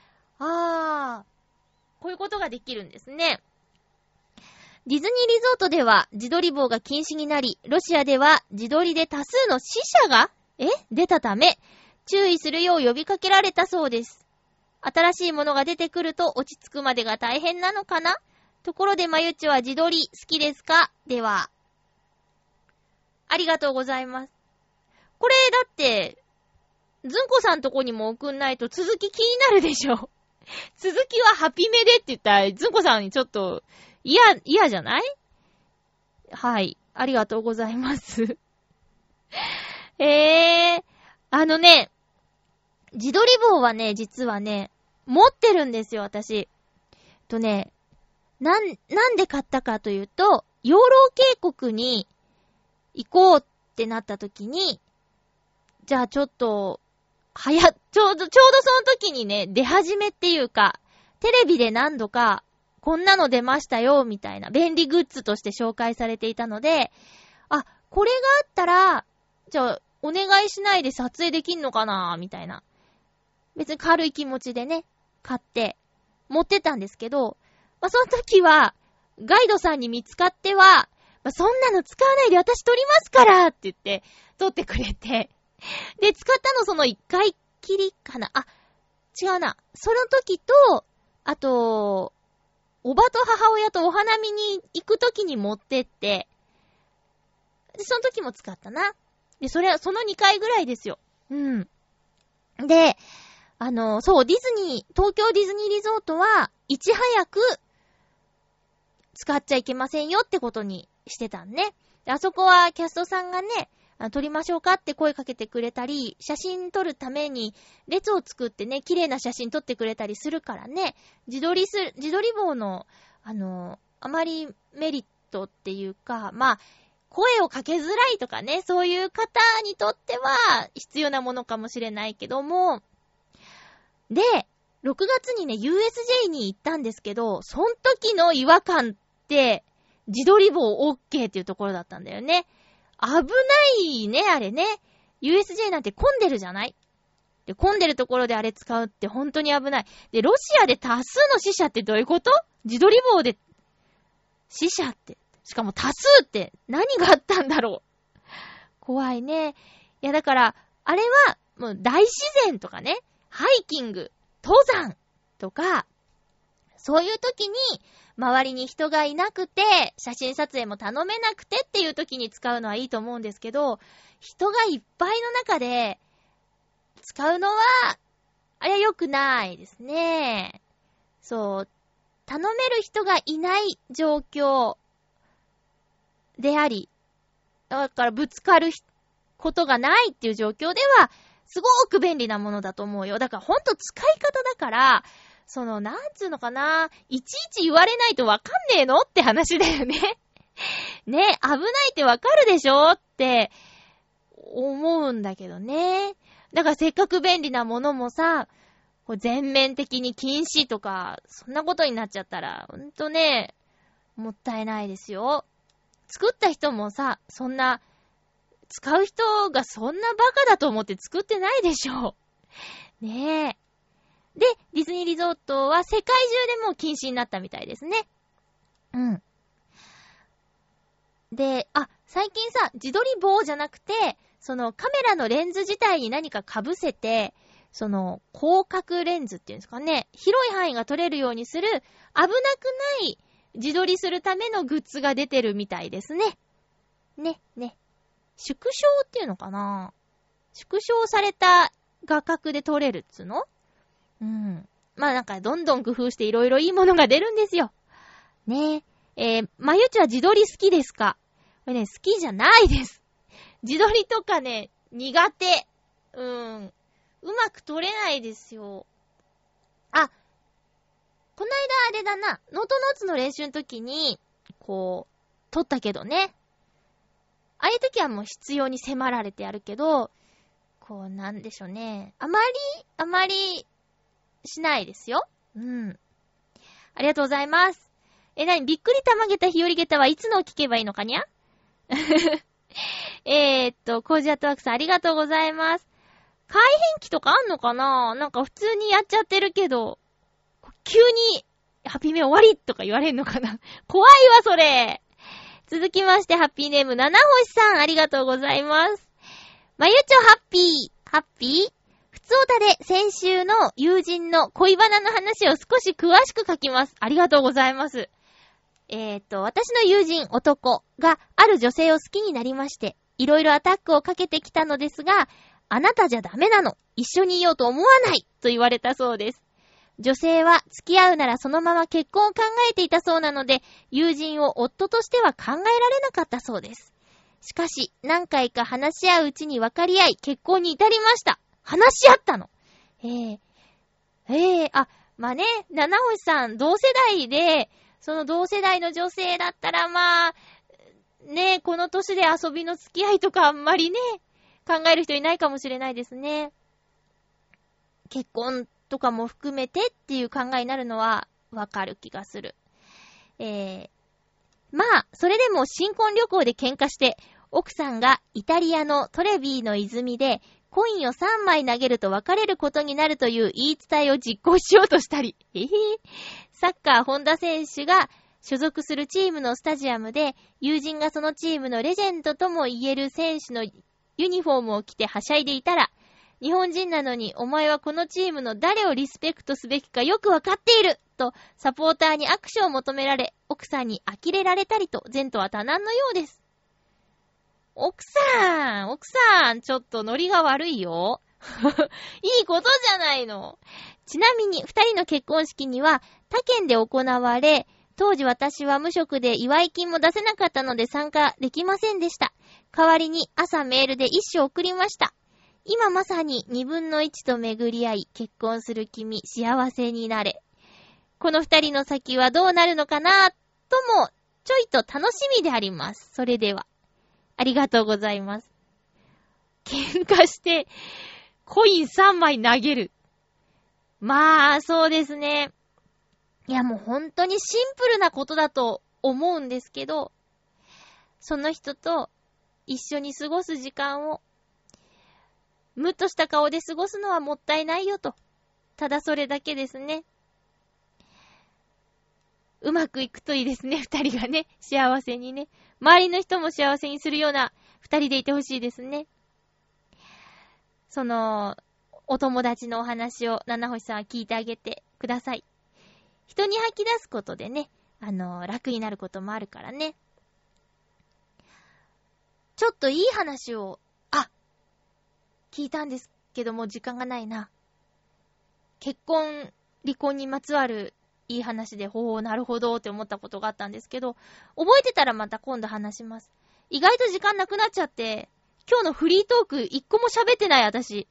こういうことができるんですね。ディズニーリゾートでは自撮り棒が禁止になり、ロシアでは自撮りで多数の死者が出たため、注意するよう呼びかけられたそうです。新しいものが出てくると落ち着くまでが大変なのかな？ところでまゆっちは自撮り好きですか？では。ありがとうございます。これだって、ずんこさんとこにも送んないと続き気になるでしょ。続きはハピメでって言ったら、ずんこさんにちょっと嫌じゃない？はい。ありがとうございます。自撮り棒はね、実はね、持ってるんですよ、私。なんで買ったかというと、養老渓谷に行こうってなった時に、じゃあちょっと、ちょうどその時にね、出始めっていうか、テレビで何度か、こんなの出ましたよ、みたいな、便利グッズとして紹介されていたので、これがあったら、じゃあ、お願いしないで撮影できんのかな、みたいな。別に軽い気持ちでね、買って、持ってたんですけど、その時は、ガイドさんに見つかっては、そんなの使わないで私撮りますからって言って、撮ってくれて。で、使ったのその一回きりかな。違うな。その時と、あと、おばと母親とお花見に行く時に持ってって、で、その時も使ったな。で、その2回ぐらいですよ。うん。で、そう、東京ディズニーリゾートはいち早く使っちゃいけませんよってことにしてたんね。で、あそこはキャストさんがね、撮りましょうかって声かけてくれたり、写真撮るために列を作ってね、綺麗な写真撮ってくれたりするからね、自撮り棒の、あまりメリットっていうか、声をかけづらいとかね、そういう方にとっては必要なものかもしれないけども、で、6月にね、USJ に行ったんですけど、その時の違和感って、自撮り棒 OK っていうところだったんだよね。危ないね、あれね。USJ なんて混んでるじゃない？で、混んでるところであれ使うって本当に危ない。で、ロシアで多数の死者ってどういうこと？自撮り棒で死者って。しかも多数って何があったんだろう。怖いね。いや、だから、あれはもう大自然とかね、ハイキング、登山とか、そういう時に周りに人がいなくて、写真撮影も頼めなくてっていう時に使うのはいいと思うんですけど、人がいっぱいの中で使うのはあれは良くないですね。そう、頼める人がいない状況であり、だからぶつかることがないっていう状況では、すごく便利なものだと思うよ。だからほんと使い方だから、なんつうのかな、いちいち言われないとわかんねえのって話だよね。ね、危ないってわかるでしょって思うんだけどね。だからせっかく便利なものもさ、全面的に禁止とか、そんなことになっちゃったら、ほんとね、もったいないですよ。作った人もさ、使う人がそんなバカだと思って作ってないでしょ。ねえ。で、ディズニーリゾートは世界中でもう禁止になったみたいですね。うん。で、最近さ、自撮り棒じゃなくて、カメラのレンズ自体に何か被せて、広角レンズっていうんですかね、広い範囲が撮れるようにする、危なくない自撮りするためのグッズが出てるみたいですね。ね。縮小っていうのかな？縮小された画角で撮れるっつうの？うん。まあなんかどんどん工夫していろいろいいものが出るんですよ。ねまゆちは自撮り好きですか？これね、好きじゃないです。自撮りとかね、苦手。うまく撮れないですよ。この間あれだな、ノートノーツの練習の時に、撮ったけどね。ああいう時はもう必要に迫られてやるけど、なんでしょうね。あまりしないですよ。うん。ありがとうございます。びっくりたまげた日和げたはいつの聞けばいいのかにゃコージアットワークさんありがとうございます。改変期とかあんのかな？なんか普通にやっちゃってるけど、急にハッピーメ終わりとか言われんのかな？怖いわ、それ。続きまして、ハッピーネーム、七星さん、ありがとうございます。まゆちょハッピーふつおたで先週の友人の恋バナの話を少し詳しく書きます。ありがとうございます。私の友人、男がある女性を好きになりまして、いろいろアタックをかけてきたのですが、あなたじゃダメなの。一緒にいようと思わないと言われたそうです。女性は付き合うならそのまま結婚を考えていたそうなので、友人を夫としては考えられなかったそうです。しかし、何回か話し合ううちに分かり合い、結婚に至りました。話し合ったの。まあね、七星さん、同世代で、その同世代の女性だったらまあ、ね、この年で遊びの付き合いとかあんまりね、考える人いないかもしれないですね。結婚とかも含めてっていう考えになるのはわかる気がする。まあ、それでも新婚旅行で喧嘩して、奥さんがイタリアのトレビーの泉でコインを3枚投げると別れることになるという言い伝えを実行しようとしたり、サッカー本田選手が所属するチームのスタジアムで、友人がそのチームのレジェンドとも言える選手のユニフォームを着てはしゃいでいたら、日本人なのにお前はこのチームの誰をリスペクトすべきかよくわかっているとサポーターに握手を求められ、奥さんに呆れられたりと前途は多難のようです。奥さん、ちょっとノリが悪いよ。いいことじゃないの。ちなみに二人の結婚式には他県で行われ、当時私は無職で祝い金も出せなかったので参加できませんでした。代わりに朝メールで一首送りました。今まさに2分の1と巡り合い、結婚する君、幸せになれ。この二人の先はどうなるのかなとも、ちょいと楽しみであります。それでは。ありがとうございます。喧嘩して、コイン3枚投げる。まあ、そうですね。いや、もう本当にシンプルなことだと思うんですけど、その人と一緒に過ごす時間を、ムッとした顔で過ごすのはもったいないよと。ただそれだけですね。うまくいくといいですね、二人がね。幸せにね。周りの人も幸せにするような二人でいてほしいですね。お友達のお話を七星さんは聞いてあげてください。人に吐き出すことでね、楽になることもあるからね。ちょっといい話を、聞いたんですけども時間がないな。 結婚、離婚にまつわるいい話で、なるほどって思ったことがあったんですけど、覚えてたらまた今度話します。意外と時間なくなっちゃって、今日のフリートーク一個も喋ってない私。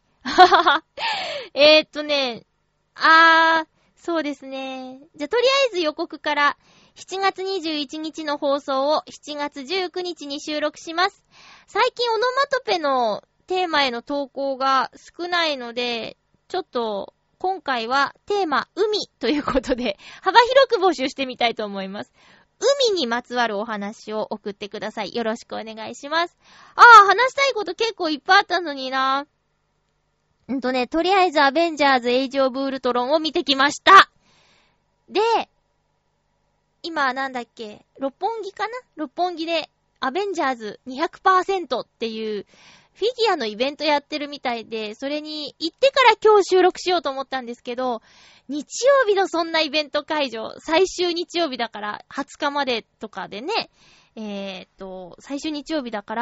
そうですね。じゃあとりあえず予告から7月21日の放送を7月19日に収録します。最近オノマトペのテーマへの投稿が少ないので、ちょっと今回はテーマ海ということで幅広く募集してみたいと思います。海にまつわるお話を送ってください。よろしくお願いします。話したいこと結構いっぱいあったのにな。とりあえずアベンジャーズエイジオブウルトロンを見てきました。で、今なんだっけ、六本木かな？六本木でアベンジャーズ 200% っていうフィギュアのイベントやってるみたいで、それに行ってから今日収録しようと思ったんですけど、日曜日のそんなイベント会場、最終日曜日だから20日までとかでね、最終日曜日だから、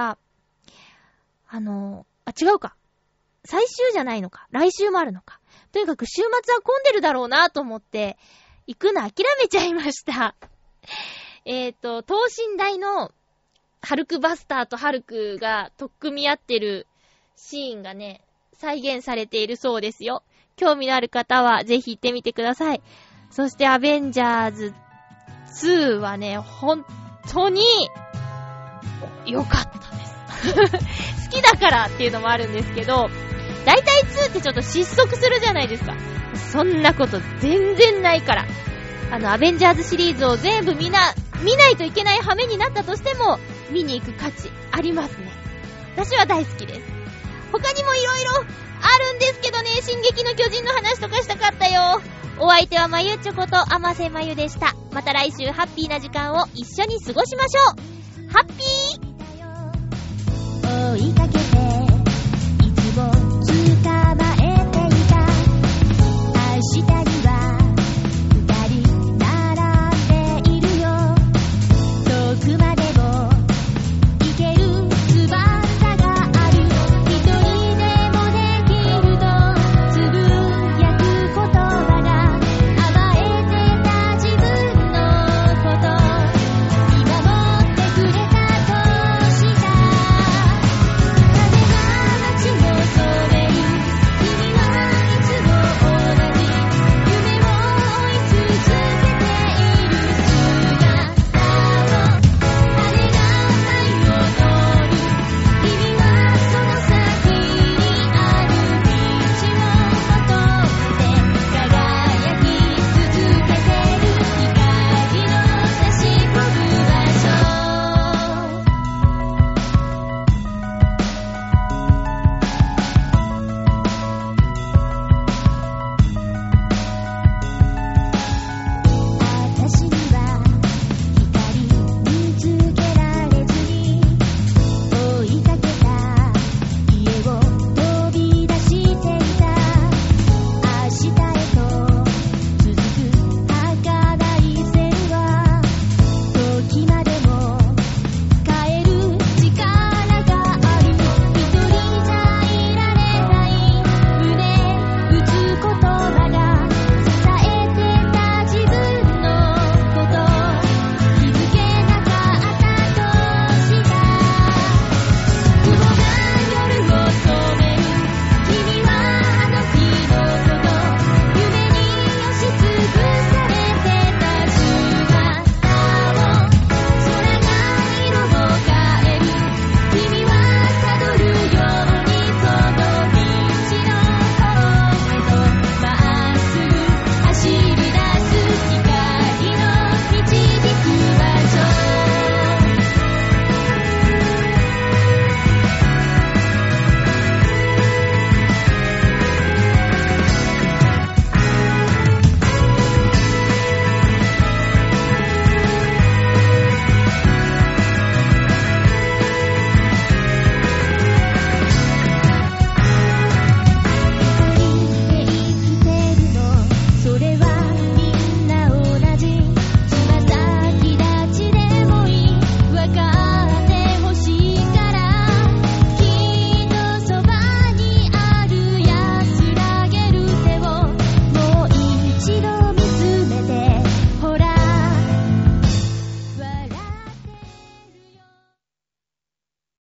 違うか。最終じゃないのか。来週もあるのか。とにかく週末は混んでるだろうなと思って、行くの諦めちゃいました。等身大のハルクバスターとハルクが取っ組み合ってるシーンがね、再現されているそうですよ。興味のある方はぜひ行ってみてください。そしてアベンジャーズ2はね、本当に良かったです。好きだからっていうのもあるんですけど、だいたい2ってちょっと失速するじゃないですか。そんなこと全然ないから。アベンジャーズシリーズを全部見ないといけない羽目になったとしても、見に行く価値ありますね。私は大好きです。他にもいろいろあるんですけどね、進撃の巨人の話とかしたかったよ。お相手はまゆちょことあませまゆでした。また来週ハッピーな時間を一緒に過ごしましょう。ハッピー追いかけて